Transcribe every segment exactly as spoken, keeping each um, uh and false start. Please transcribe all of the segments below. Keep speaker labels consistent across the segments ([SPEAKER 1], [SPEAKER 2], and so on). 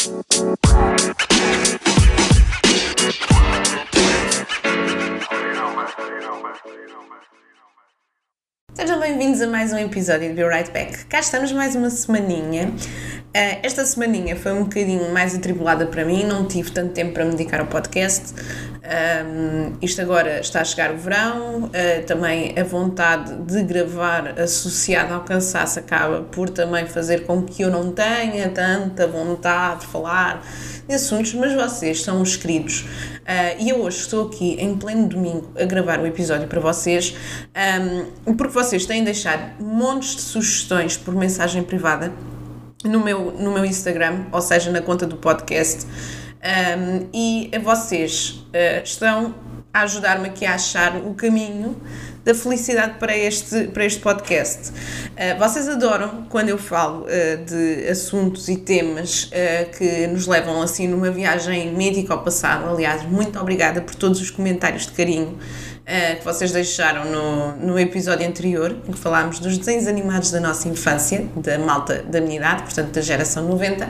[SPEAKER 1] Sejam bem-vindos a mais um episódio de Be Right Back. Cá estamos mais uma semaninha. Uh, esta semaninha foi um bocadinho mais atribulada para mim, não tive tanto tempo para me dedicar ao podcast. Um, isto agora está a chegar o verão, uh, também a vontade de gravar associada ao cansaço acaba por também fazer com que eu não tenha tanta vontade de falar de assuntos, mas vocês são os queridos. Uh, e eu hoje estou aqui em pleno domingo a gravar o episódio para vocês, um, porque vocês têm deixado montes de sugestões por mensagem privada no meu, no meu Instagram, ou seja, na conta do podcast, um, e vocês uh, estão a ajudar-me aqui a achar o caminho da felicidade para este, para este podcast. Uh, vocês adoram quando eu falo uh, de assuntos e temas uh, que nos levam assim numa viagem mítica ao passado. Aliás, muito obrigada por todos os comentários de carinho Uh, que vocês deixaram no, no episódio anterior, em que falámos dos desenhos animados da nossa infância, da malta da minha idade, portanto da geração noventa,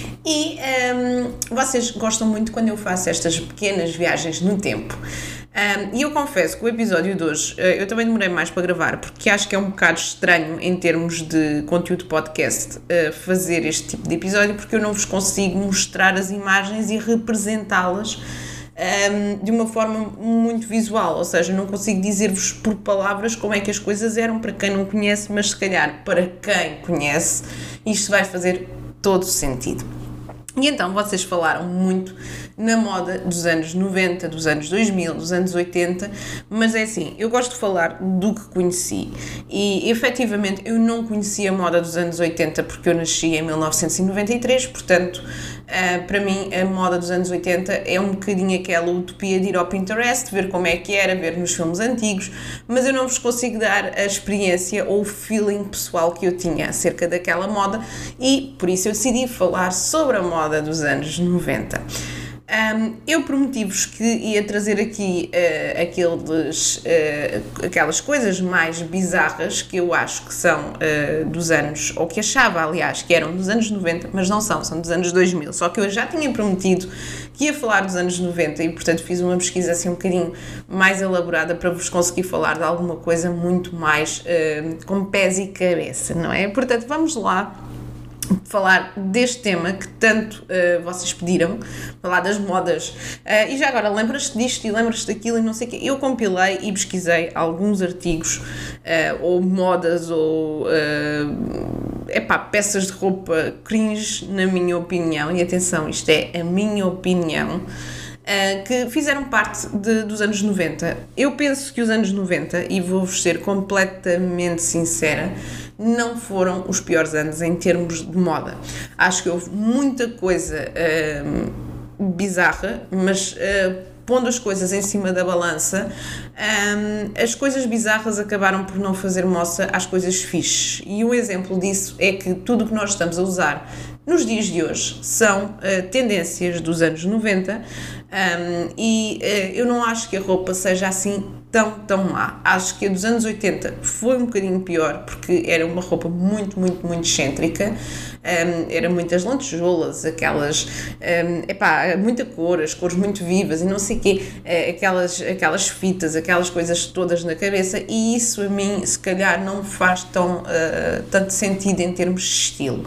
[SPEAKER 1] e um, vocês gostam muito quando eu faço estas pequenas viagens no tempo. Um, e eu confesso que o episódio de hoje, uh, eu também demorei mais para gravar, porque acho que é um bocado estranho em termos de conteúdo podcast uh, fazer este tipo de episódio, porque eu não vos consigo mostrar as imagens e representá-las Um, de uma forma muito visual, ou seja, não consigo dizer-vos por palavras como é que as coisas eram para quem não conhece, mas se calhar para quem conhece isto vai fazer todo o sentido. E então vocês falaram muito na moda dos anos noventa, dos anos dois mil, dos anos oitenta, mas é assim, eu gosto de falar do que conheci e efetivamente eu não conhecia a moda dos anos oitenta porque eu nasci em mil novecentos e noventa e três, portanto uh, para mim a moda dos anos oitenta é um bocadinho aquela utopia de ir ao Pinterest, ver como é que era, ver nos filmes antigos, mas eu não vos consigo dar a experiência ou o feeling pessoal que eu tinha acerca daquela moda e por isso eu decidi falar sobre a moda dos anos noventa. Um, eu prometi-vos que ia trazer aqui uh, aqueles, uh, aquelas coisas mais bizarras que eu acho que são uh, dos anos, ou que achava, aliás, que eram dos anos noventa, mas não são, são dos anos dois mil. Só que eu já tinha prometido que ia falar dos anos noventa e, portanto, fiz uma pesquisa assim um bocadinho mais elaborada para vos conseguir falar de alguma coisa muito mais uh, com pés e cabeça, não é? Portanto, vamos lá falar deste tema que tanto uh, vocês pediram, falar das modas, uh, e já agora lembras-te disto e lembras-te daquilo e não sei o quê. Eu compilei e pesquisei alguns artigos, uh, ou modas, ou uh, epá, peças de roupa cringe, na minha opinião, e atenção, isto é a minha opinião, Uh, que fizeram parte de, dos anos noventa. Eu penso que os anos noventa, e vou-vos ser completamente sincera, não foram os piores anos em termos de moda. Acho que houve muita coisa uh, bizarra, mas uh, pondo as coisas em cima da balança, um, as coisas bizarras acabaram por não fazer moça às coisas fixes. E um exemplo disso é que tudo o que nós estamos a usar nos dias de hoje são uh, tendências dos anos noventa, um, e uh, eu não acho que a roupa seja assim tão, tão má. Acho que a dos anos oitenta foi um bocadinho pior, porque era uma roupa muito, muito, muito excêntrica, um, era muitas lantejoulas, aquelas, um, epá, muita cor, as cores muito vivas e não sei o quê, uh, aquelas, aquelas fitas, aquelas coisas todas na cabeça, e isso a mim se calhar não faz tão, uh, tanto sentido em termos de estilo.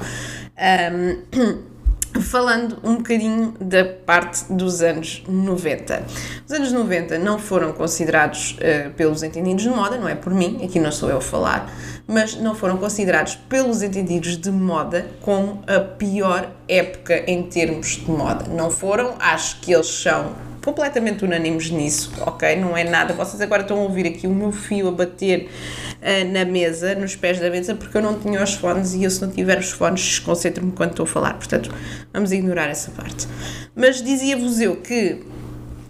[SPEAKER 1] Um, falando um bocadinho da parte dos anos noventa. Os anos noventa não foram considerados uh, pelos entendidos de moda, não é por mim, aqui não sou eu a falar, mas não foram considerados pelos entendidos de moda como a pior época em termos de moda. Não foram, acho que eles são completamente unânimes nisso, ok? Não é nada. Vocês agora estão a ouvir aqui o meu fio a bater uh, na mesa, nos pés da mesa, porque eu não tinha os fones e eu, se não tiver os fones, desconcentro-me quando estou a falar. Portanto, vamos ignorar essa parte. Mas dizia-vos eu que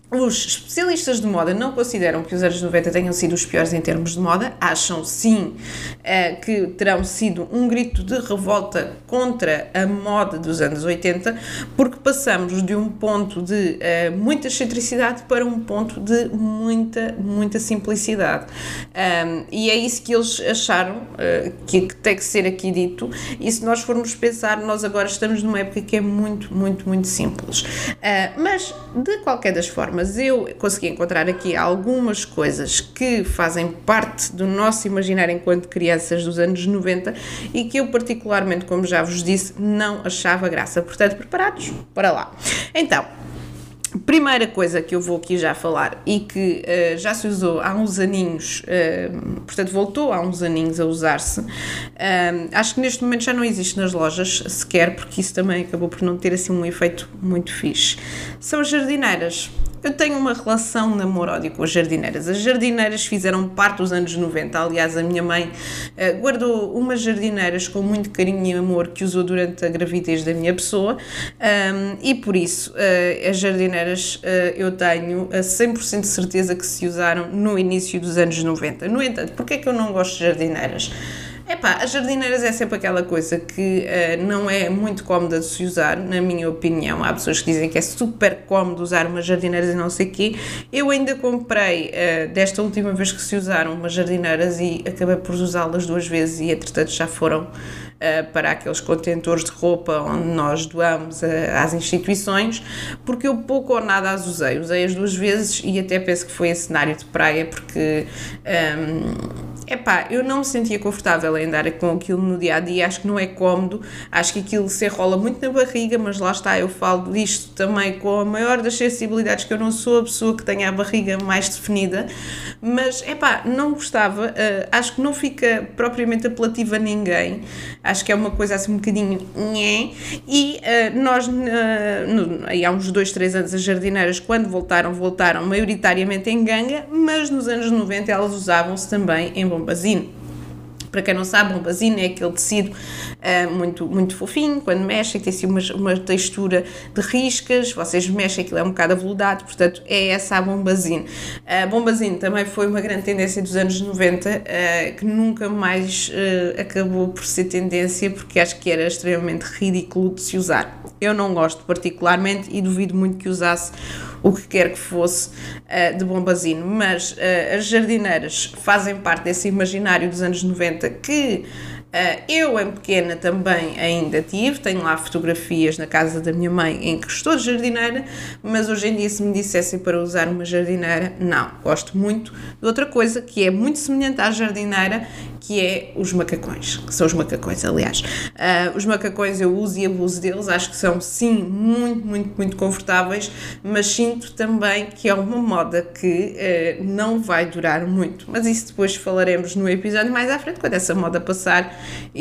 [SPEAKER 1] Os especialistas de moda não consideram que os anos noventa tenham sido os piores em termos de moda, acham sim uh, que terão sido um grito de revolta contra a moda dos anos oitenta, porque passamos de um ponto de uh, muita excentricidade para um ponto de muita, muita simplicidade. Um, e é isso que eles acharam uh, que, que tem que ser aqui dito, e se nós formos pensar, nós agora estamos numa época que é muito, muito, muito simples. Uh, mas, de qualquer das formas, mas eu consegui encontrar aqui algumas coisas que fazem parte do nosso imaginário enquanto crianças dos anos noventa e que eu particularmente, como já vos disse, não achava graça. Portanto, preparados? Para lá. Então, primeira coisa que eu vou aqui já falar e que uh, já se usou há uns aninhos, uh, portanto voltou há uns aninhos a usar-se, uh, acho que neste momento já não existe nas lojas sequer, porque isso também acabou por não ter assim um efeito muito fixe, são as jardineiras. Eu tenho uma relação namoro-ódio com as jardineiras. As jardineiras fizeram parte dos anos noventa. Aliás, a minha mãe uh, guardou umas jardineiras com muito carinho e amor que usou durante a gravidez da minha pessoa, um, e por isso uh, as jardineiras uh, eu tenho a cem por cento de certeza que se usaram no início dos anos noventa. No entanto, porquê é que eu não gosto de jardineiras? Epá, as jardineiras é sempre aquela coisa que uh, não é muito cómoda de se usar, na minha opinião. Há pessoas que dizem que é super cómodo usar umas jardineiras e não sei o quê. Eu ainda comprei, uh, desta última vez que se usaram, umas jardineiras e acabei por usá-las duas vezes e, entretanto, já foram uh, para aqueles contentores de roupa onde nós doamos uh, às instituições, porque eu pouco ou nada as usei. Usei as duas vezes e até penso que foi em cenário de praia, porque... Um, Epá, eu não me sentia confortável em andar com aquilo no dia-a-dia, acho que não é cómodo, acho que aquilo se enrola muito na barriga, mas lá está, eu falo disto também com a maior das sensibilidades, que eu não sou a pessoa que tenha a barriga mais definida, mas, epá, não gostava, uh, acho que não fica propriamente apelativo a ninguém, acho que é uma coisa assim um bocadinho nhé, e uh, nós, uh, no, aí há uns dois, três anos, as jardineiras, quando voltaram, voltaram maioritariamente em ganga, mas nos anos noventa elas usavam-se também em bombazine. Para quem não sabe, bombazine é aquele tecido uh, muito, muito fofinho, quando mexem, tem assim uma, uma textura de riscas, vocês mexem, aquilo é um bocado aveludado, portanto é essa a bombazine. A uh, bombazine também foi uma grande tendência dos anos noventa, uh, que nunca mais uh, acabou por ser tendência, porque acho que era extremamente ridículo de se usar. Eu não gosto particularmente e duvido muito que usasse o que quer que fosse uh, de bombazine, mas uh, as jardineiras fazem parte desse imaginário dos anos noventa que uh, eu em pequena também ainda tive, tenho lá fotografias na casa da minha mãe em que estou de jardineira, mas hoje em dia se me dissessem para usar uma jardineira, não, gosto muito de outra coisa que é muito semelhante à jardineira, que é os macacões, que são os macacões, aliás. Uh, os macacões eu uso e abuso deles, acho que são, sim, muito, muito, muito confortáveis, mas sinto também que é uma moda que uh, não vai durar muito. Mas isso depois falaremos no episódio mais à frente, quando essa moda passar,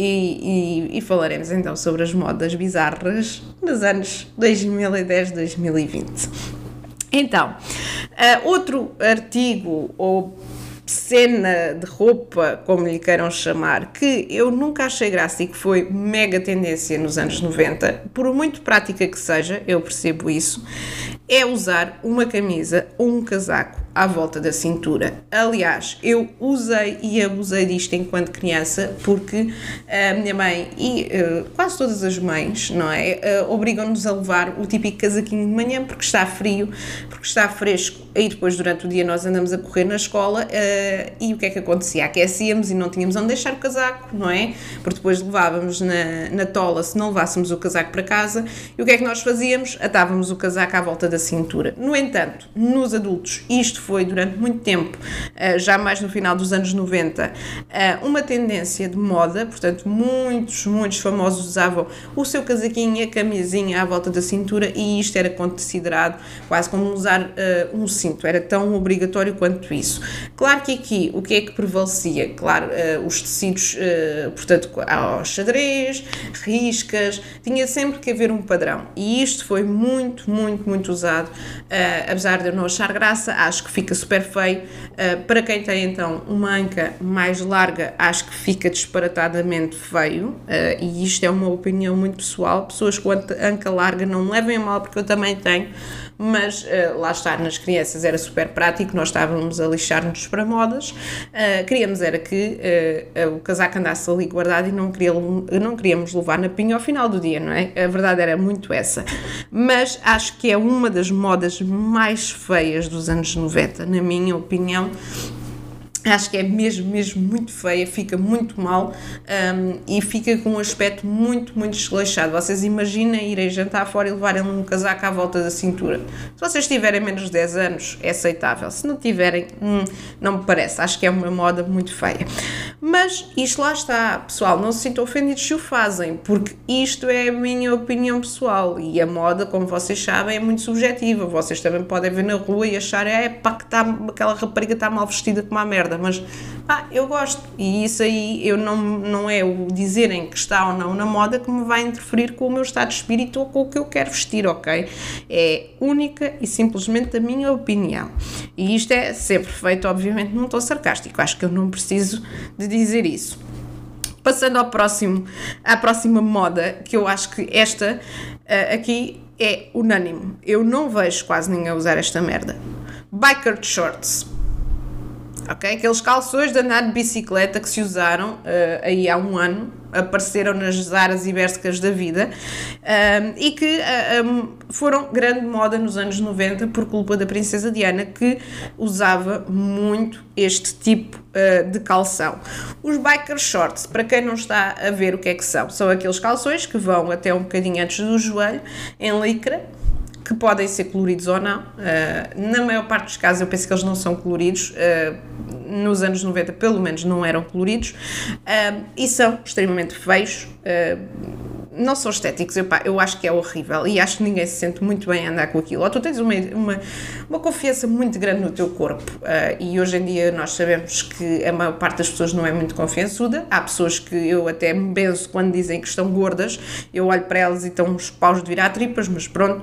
[SPEAKER 1] e, e, e falaremos então sobre as modas bizarras dos anos dois mil e dez, dois mil e vinte. Então, uh, outro artigo, ou cena de roupa, como lhe queiram chamar, que eu nunca achei graça e que foi mega tendência nos anos noventa, por muito prática que seja, eu percebo isso, é usar uma camisa ou um casaco à volta da cintura. Aliás, eu usei e abusei disto enquanto criança, porque a minha mãe e uh, quase todas as mães, não é, uh, obrigam-nos a levar o típico casaquinho de manhã porque está frio, porque está fresco, e depois durante o dia nós andamos a correr na escola, uh, e o que é que acontecia? Aquecíamos e não tínhamos onde deixar o casaco, não é? Porque depois levávamos na, na tola se não levássemos o casaco para casa, e o que é que nós fazíamos? Atávamos o casaco à volta da cintura. No entanto, nos adultos, isto foi durante muito tempo, já mais no final dos anos noventa, uma tendência de moda, portanto muitos, muitos famosos usavam o seu casaquinho e a camisinha à volta da cintura, e isto era considerado quase como usar um cinto, era tão obrigatório quanto isso. Claro que aqui, o que é que prevalecia? Claro, os tecidos, portanto, ao xadrez, riscas, tinha sempre que haver um padrão, e isto foi muito, muito, muito usado, apesar de eu não achar graça, acho que fica super feio. Uh, para quem tem então uma anca mais larga, acho que fica disparatadamente feio, uh, e isto é uma opinião muito pessoal. Pessoas com anca larga não me levem a mal, porque eu também tenho, mas uh, lá está, nas crianças era super prático, nós estávamos a lixar-nos para modas, uh, queríamos era que uh, uh, o casaco andasse ali guardado e não, queria, não queríamos levar na pinha ao final do dia, não é? A verdade era muito essa. Mas acho que é uma das modas mais feias dos anos noventa, na minha opinião. Acho que é mesmo, mesmo muito feia, fica muito mal um, e fica com um aspecto muito, muito desleixado. Vocês imaginem irem jantar fora e levarem um casaco à volta da cintura. Se vocês tiverem menos de dez anos, é aceitável. Se não tiverem, hum, não me parece. Acho que é uma moda muito feia. Mas isto lá está, pessoal, não se sintam ofendidos se o fazem, porque isto é a minha opinião pessoal e a moda, como vocês sabem, é muito subjetiva. Vocês também podem ver na rua e acharem, é pá, que tá, aquela rapariga está mal vestida como a merda. Mas ah, eu gosto, e isso aí eu não, não é o dizerem que está ou não na moda que me vai interferir com o meu estado de espírito ou com o que eu quero vestir, ok? É única e simplesmente a minha opinião, e isto é sempre feito, obviamente não estou sarcástico, acho que eu não preciso de dizer isso. Passando ao próximo, à próxima moda, que eu acho que esta uh, aqui é unânime, eu não vejo quase ninguém usar esta merda. Biker shorts. Ok? Aqueles calções de andar de bicicleta que se usaram uh, aí há um ano, apareceram nas Zaras e Berskas da vida um, e que uh, um, foram grande moda nos anos noventa por culpa da princesa Diana, que usava muito este tipo uh, de calção. Os biker shorts, para quem não está a ver o que é que são, são aqueles calções que vão até um bocadinho antes do joelho, em licra, que podem ser coloridos ou não. Uh, na maior parte dos casos eu penso que eles não são coloridos, uh, nos anos noventa pelo menos não eram coloridos, uh, e são extremamente feios, uh, não são estéticos, eu, pá, eu acho que é horrível e acho que ninguém se sente muito bem a andar com aquilo. Ou tu tens uma, uma, uma confiança muito grande no teu corpo, uh, e hoje em dia nós sabemos que a maior parte das pessoas não é muito confiançuda. Há pessoas que eu até me benzo quando dizem que estão gordas, eu olho para elas e estão uns paus de virar tripas, mas pronto.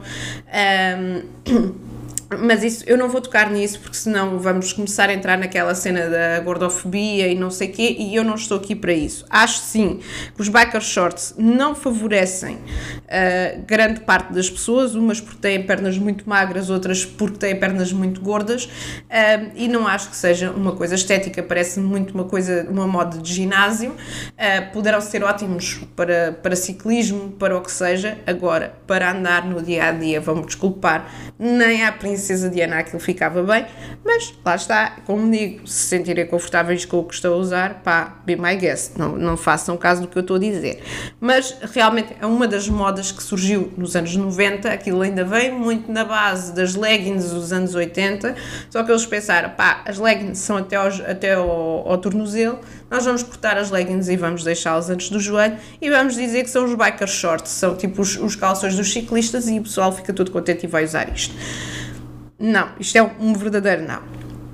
[SPEAKER 1] Um, mas isso, eu não vou tocar nisso porque senão vamos começar a entrar naquela cena da gordofobia e não sei o quê, e eu não estou aqui para isso. Acho sim que os biker shorts não favorecem uh, grande parte das pessoas, umas porque têm pernas muito magras, outras porque têm pernas muito gordas, uh, e não acho que seja uma coisa estética, parece-me muito uma coisa, uma moda de ginásio. Uh, poderão ser ótimos para, para ciclismo, para o que seja, agora para andar no dia a dia, vão-me desculpar, nem à princesa Diana aquilo ficava bem, mas lá está, como digo, se sentirem confortáveis com o que estou a usar, pá, be my guest, não, não façam caso do que eu estou a dizer. Mas realmente é uma das modas que surgiu nos anos noventa, aquilo ainda vem muito na base das leggings dos anos oitenta, só que eles pensaram, pá, as leggings são até, aos, até ao, ao tornozelo, nós vamos cortar as leggings e vamos deixá-las antes do joelho e vamos dizer que são os biker shorts, são tipo os, os calções dos ciclistas, e o pessoal fica todo contente e vai usar isto. Não, isto é um verdadeiro não.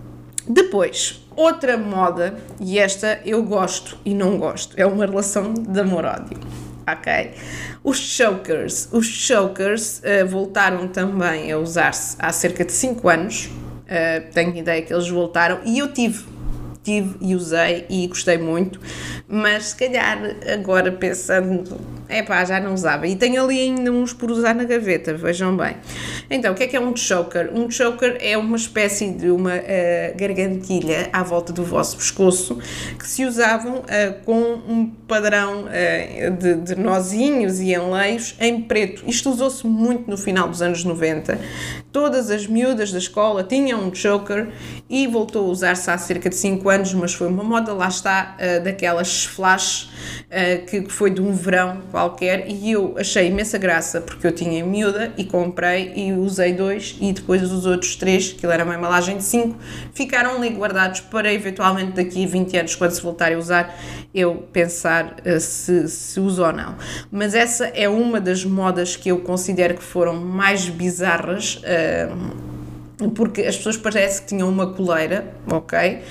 [SPEAKER 1] Depois, outra moda, e esta eu gosto e não gosto, é uma relação de amor-ódio, ok? Os chokers. Os chokers uh, voltaram também a usar-se há cerca de cinco anos, uh, tenho ideia que eles voltaram, e eu tive, tive e usei e gostei muito, mas se calhar agora pensando, epá, já não usava, e tenho ali ainda uns por usar na gaveta, vejam bem. Então, o que é que é um choker? Um choker é uma espécie de uma uh, gargantilha à volta do vosso pescoço, que se usavam uh, com um padrão uh, de, de nozinhos e enleios em preto. Isto usou-se muito no final dos anos noventa. Todas as miúdas da escola tinham um choker e voltou a usar-se há cerca de cinco anos, mas foi uma moda, lá está, uh, daquelas flash uh, que, que foi de um verão qualquer, e eu achei imensa graça porque eu tinha miúda e comprei e usei dois, e depois os outros três, aquilo era uma embalagem de cinco, ficaram ali guardados para eventualmente daqui a vinte anos, quando se voltar a usar, eu pensar uh, se, se uso ou não. Mas essa é uma das modas que eu considero que foram mais bizarras, uh, porque as pessoas parece que tinham uma coleira, ok?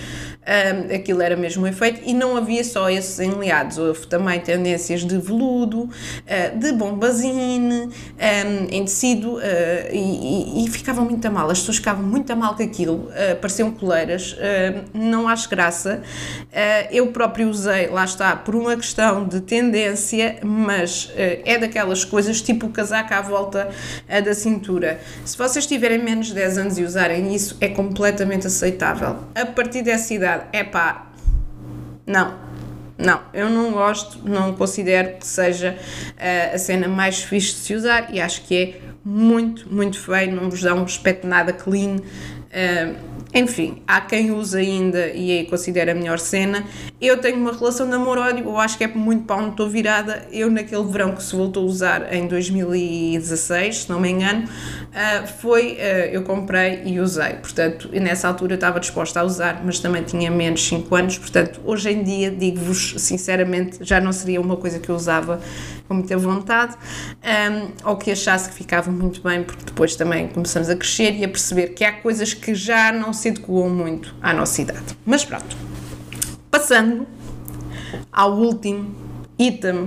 [SPEAKER 1] um, aquilo era mesmo um efeito, e não havia só esses enleados, houve também tendências de veludo, uh, de bombazine, um, em tecido, uh, e, e, e ficavam muito a mal, as pessoas ficavam muito a mal com aquilo, uh, pareciam coleiras, uh, não acho graça. Uh, eu próprio usei, lá está, por uma questão de tendência, mas uh, é daquelas coisas tipo o casaco à volta uh, da cintura. Se vocês tiverem menos de dez anos e usarem isso, é completamente aceitável. A partir dessa idade, é pá, não, não, eu não gosto, não considero que seja uh, a cena mais fixe de se usar, e acho que é muito, muito feio, não vos dá um aspecto nada clean. Uh, Enfim, há quem use ainda e aí considera a melhor cena. Eu tenho uma relação de amor-ódio, eu acho que é muito para onde estou virada. Eu, naquele verão que se voltou a usar em dois mil e dezasseis, se não me engano, uh, foi, uh, eu comprei e usei. Portanto, nessa altura eu estava disposta a usar, mas também tinha menos de cinco anos. Portanto, hoje em dia, digo-vos sinceramente, já não seria uma coisa que eu usava com muita vontade, um, ou que achasse que ficava muito bem, porque depois também começamos a crescer e a perceber que há coisas que já não se adequam muito à nossa idade. Mas pronto, passando ao último item,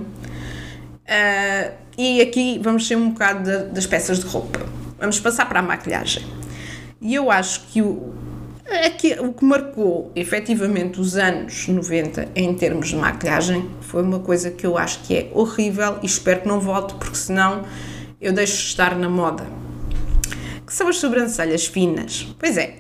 [SPEAKER 1] uh, e aqui vamos ser um bocado de, das peças de roupa. Vamos passar para a maquilhagem. E eu acho que o, aqui, o que marcou efetivamente os anos noventa em termos de maquilhagem foi uma coisa que eu acho que é horrível e espero que não volte, porque senão eu deixo de estar na moda, que são as sobrancelhas finas. Pois é,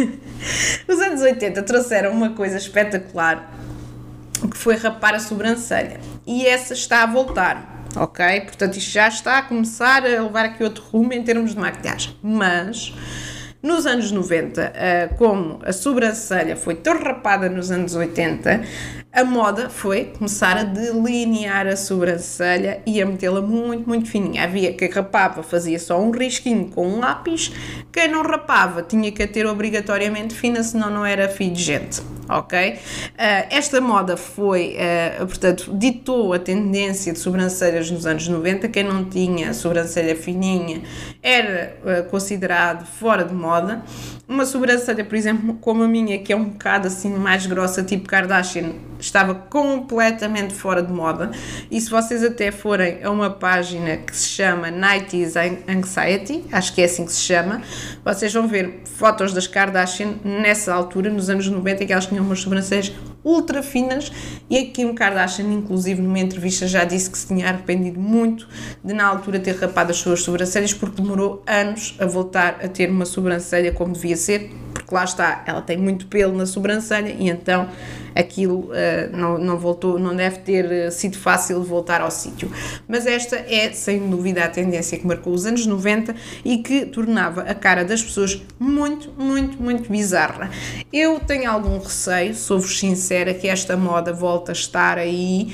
[SPEAKER 1] os anos oitenta trouxeram uma coisa espetacular, que foi rapar a sobrancelha, e essa está a voltar, ok? Portanto, isto já está a começar a levar aqui outro rumo em termos de maquilhagem, mas nos anos noventa, como a sobrancelha foi tão rapada nos anos oitenta, a moda foi começar a delinear a sobrancelha e a metê-la muito, muito fininha. Havia quem rapava, fazia só um risquinho com um lápis, quem não rapava tinha que a ter obrigatoriamente fina, senão não era filho de gente, ok? Uh, esta moda foi, uh, portanto, ditou a tendência de sobrancelhas nos anos noventa. Quem não tinha sobrancelha fininha era uh, considerado fora de moda. Uma sobrancelha, por exemplo, como a minha, que é um bocado assim mais grossa, tipo Kardashian, estava completamente fora de moda. E se vocês até forem a uma página que se chama noventa Anxiety, acho que é assim que se chama, vocês vão ver fotos das Kardashian nessa altura, nos anos noventa, que elas tinham umas sobrancelhas ultra finas, e a Kim Kardashian, inclusive, numa entrevista já disse que se tinha arrependido muito de na altura ter rapado as suas sobrancelhas, porque demorou anos a voltar a ter uma sobrancelha como devia ser, porque lá está, ela tem muito pelo na sobrancelha e então aquilo uh, não, não voltou, não deve ter sido fácil de voltar ao sítio. Mas esta é, sem dúvida, a tendência que marcou os anos noventa e que tornava a cara das pessoas muito, muito, muito bizarra. Eu tenho algum receio, sou-vos sincera, que esta moda volta a estar aí,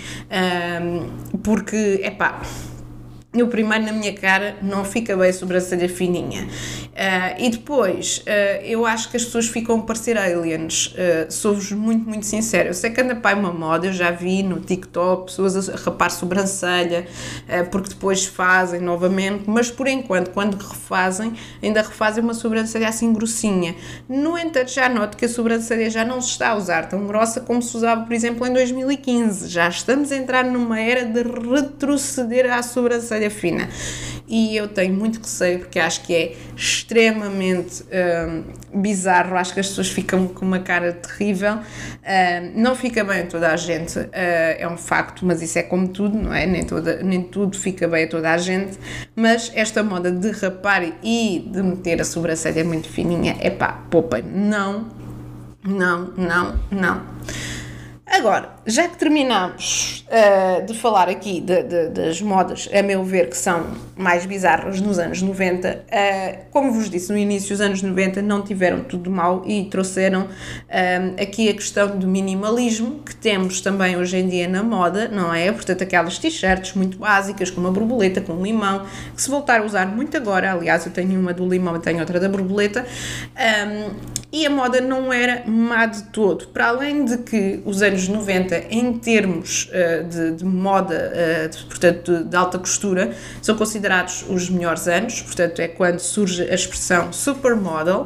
[SPEAKER 1] um, porque, epá, eu primeiro na minha cara não fica bem a sobrancelha fininha, uh, e depois uh, eu acho que as pessoas ficam a parecer aliens, uh, sou-vos muito, muito sincera. Eu sei que anda para uma moda, eu já vi no TikTok pessoas a rapar sobrancelha, uh, porque depois fazem novamente, mas por enquanto, quando refazem, ainda refazem uma sobrancelha assim grossinha. No entanto, já noto que a sobrancelha já não se está a usar tão grossa como se usava, por exemplo, em dois mil e quinze. Já estamos a entrar numa era de retroceder à sobrancelha fina, e eu tenho muito receio, porque acho que é extremamente um, bizarro. Acho que as pessoas ficam com uma cara terrível, um, não fica bem a toda a gente, uh, é um facto, mas isso é como tudo, não é? Nem, toda, nem tudo fica bem a toda a gente, mas esta moda de rapar e de meter a sobrancelha muito fininha, epá, poupem, não, não, não, não. Agora, já que terminamos uh, de falar aqui de, de, das modas, a meu ver, que são mais bizarras nos anos noventa, uh, como vos disse no início, os anos noventa não tiveram tudo mal e trouxeram uh, aqui a questão do minimalismo, que temos também hoje em dia na moda, não é? Portanto, aquelas t-shirts muito básicas, com uma borboleta, com um limão, que se voltar a usar muito agora, aliás, eu tenho uma do limão e tenho outra da borboleta, um, e a moda não era má de todo, para além de que os anos noventa noventa em termos uh, de, de moda, uh, de, portanto de, de alta costura, são considerados os melhores anos, portanto é quando surge a expressão supermodel, uh,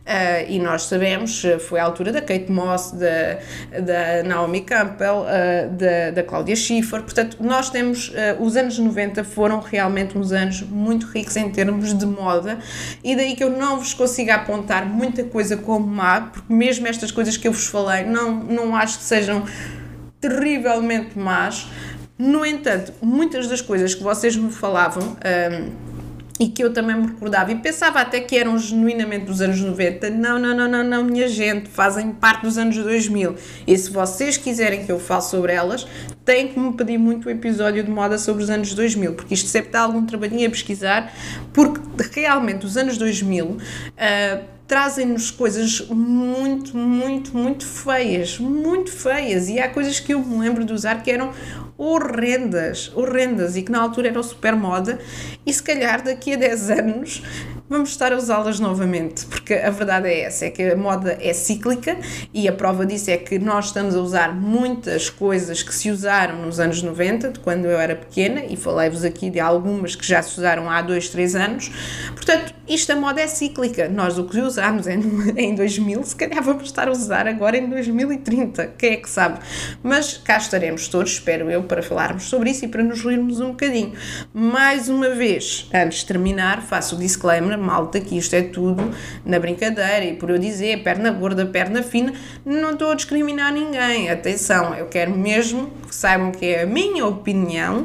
[SPEAKER 1] e nós sabemos, foi a altura da Kate Moss, da, da Naomi Campbell, uh, da, da Claudia Schiffer, portanto nós temos, uh, os anos noventa foram realmente uns anos muito ricos em termos de moda, e daí que eu não vos consigo apontar muita coisa como má, porque mesmo estas coisas que eu vos falei, não, não acho que sejam terrivelmente más. No entanto, muitas das coisas que vocês me falavam, um, e que eu também me recordava, e pensava até que eram genuinamente dos anos noventa, não, não, não, não, não, minha gente, fazem parte dos anos dois mil, e se vocês quiserem que eu fale sobre elas, têm que me pedir muito o episódio de moda sobre os anos dois mil, porque isto sempre dá algum trabalhinho a pesquisar, porque realmente os anos dois mil uh, trazem-nos coisas muito, muito, muito feias, muito feias, e há coisas que eu me lembro de usar que eram horrendas, horrendas, e que na altura eram super moda, e se calhar daqui a dez anos vamos estar a usá-las novamente, porque a verdade é essa, é que a moda é cíclica, e a prova disso é que nós estamos a usar muitas coisas que se usaram nos anos noventa, de quando eu era pequena, e falei-vos aqui de algumas que já se usaram há dois, três anos, portanto, isto a moda é cíclica, nós o que usámos em, em dois mil, se calhar vamos estar a usar agora em dois mil e trinta, quem é que sabe, mas cá estaremos todos, espero eu, para falarmos sobre isso e para nos rirmos um bocadinho. Mais uma vez, antes de terminar, faço o disclaimer, malta, que isto é tudo na brincadeira, e por eu dizer perna gorda, perna fina, não estou a discriminar ninguém, atenção, eu quero mesmo que saibam que é a minha opinião,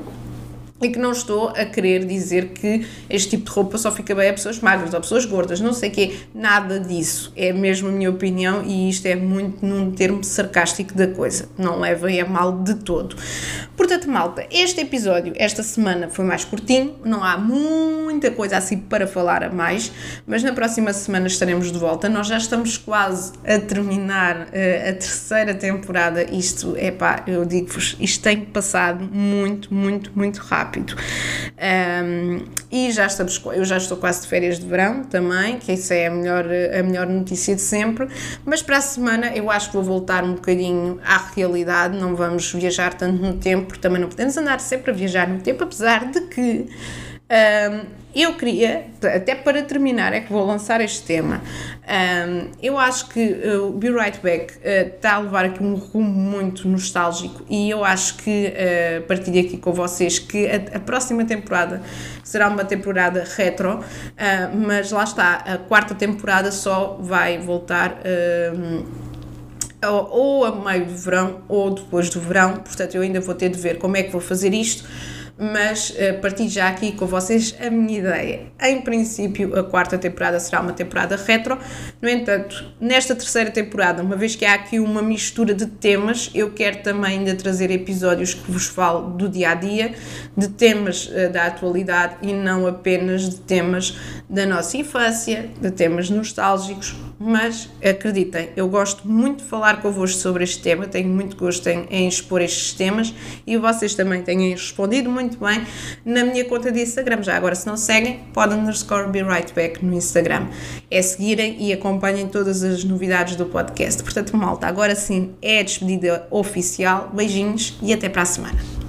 [SPEAKER 1] e que não estou a querer dizer que este tipo de roupa só fica bem a pessoas magras ou pessoas gordas, não sei o quê, nada disso, é mesmo a minha opinião, e isto é muito num termo sarcástico da coisa, não levem a mal de todo. Portanto, malta, este episódio, esta semana foi mais curtinho, não há muita coisa assim para falar a mais, mas na próxima semana estaremos de volta, nós já estamos quase a terminar uh, a terceira temporada, isto, é pá, eu digo-vos, isto tem passado muito, muito, muito rápido. Um, e já estamos, eu já estou quase de férias de verão também, que isso é a melhor, a melhor notícia de sempre, mas para a semana eu acho que vou voltar um bocadinho à realidade, não vamos viajar tanto no tempo, porque também não podemos andar sempre a viajar no tempo, apesar de que um, eu queria, até para terminar, é que vou lançar este tema, um, eu acho que o uh, Be Right Back uh, está a levar aqui um rumo muito nostálgico, e eu acho que uh, partilho aqui com vocês que a, a próxima temporada será uma temporada retro, uh, mas lá está, a quarta temporada só vai voltar uh, ou a meio do verão ou depois do verão, portanto eu ainda vou ter de ver como é que vou fazer isto, mas uh, partilho já aqui com vocês a minha ideia. Em princípio, a quarta temporada será uma temporada retro, no entanto, nesta terceira temporada, uma vez que há aqui uma mistura de temas, eu quero também ainda trazer episódios que vos falo do dia-a-dia, de temas uh, da atualidade e não apenas de temas da nossa infância, de temas nostálgicos, mas acreditem, eu gosto muito de falar convosco sobre este tema, tenho muito gosto em, em expor estes temas, e vocês também têm respondido muito bem na minha conta de Instagram. Já agora, se não seguem, podem underscore Be Right Back no Instagram, é seguirem e acompanhem todas as novidades do podcast. Portanto, malta, agora sim é a despedida oficial, beijinhos e até para a semana.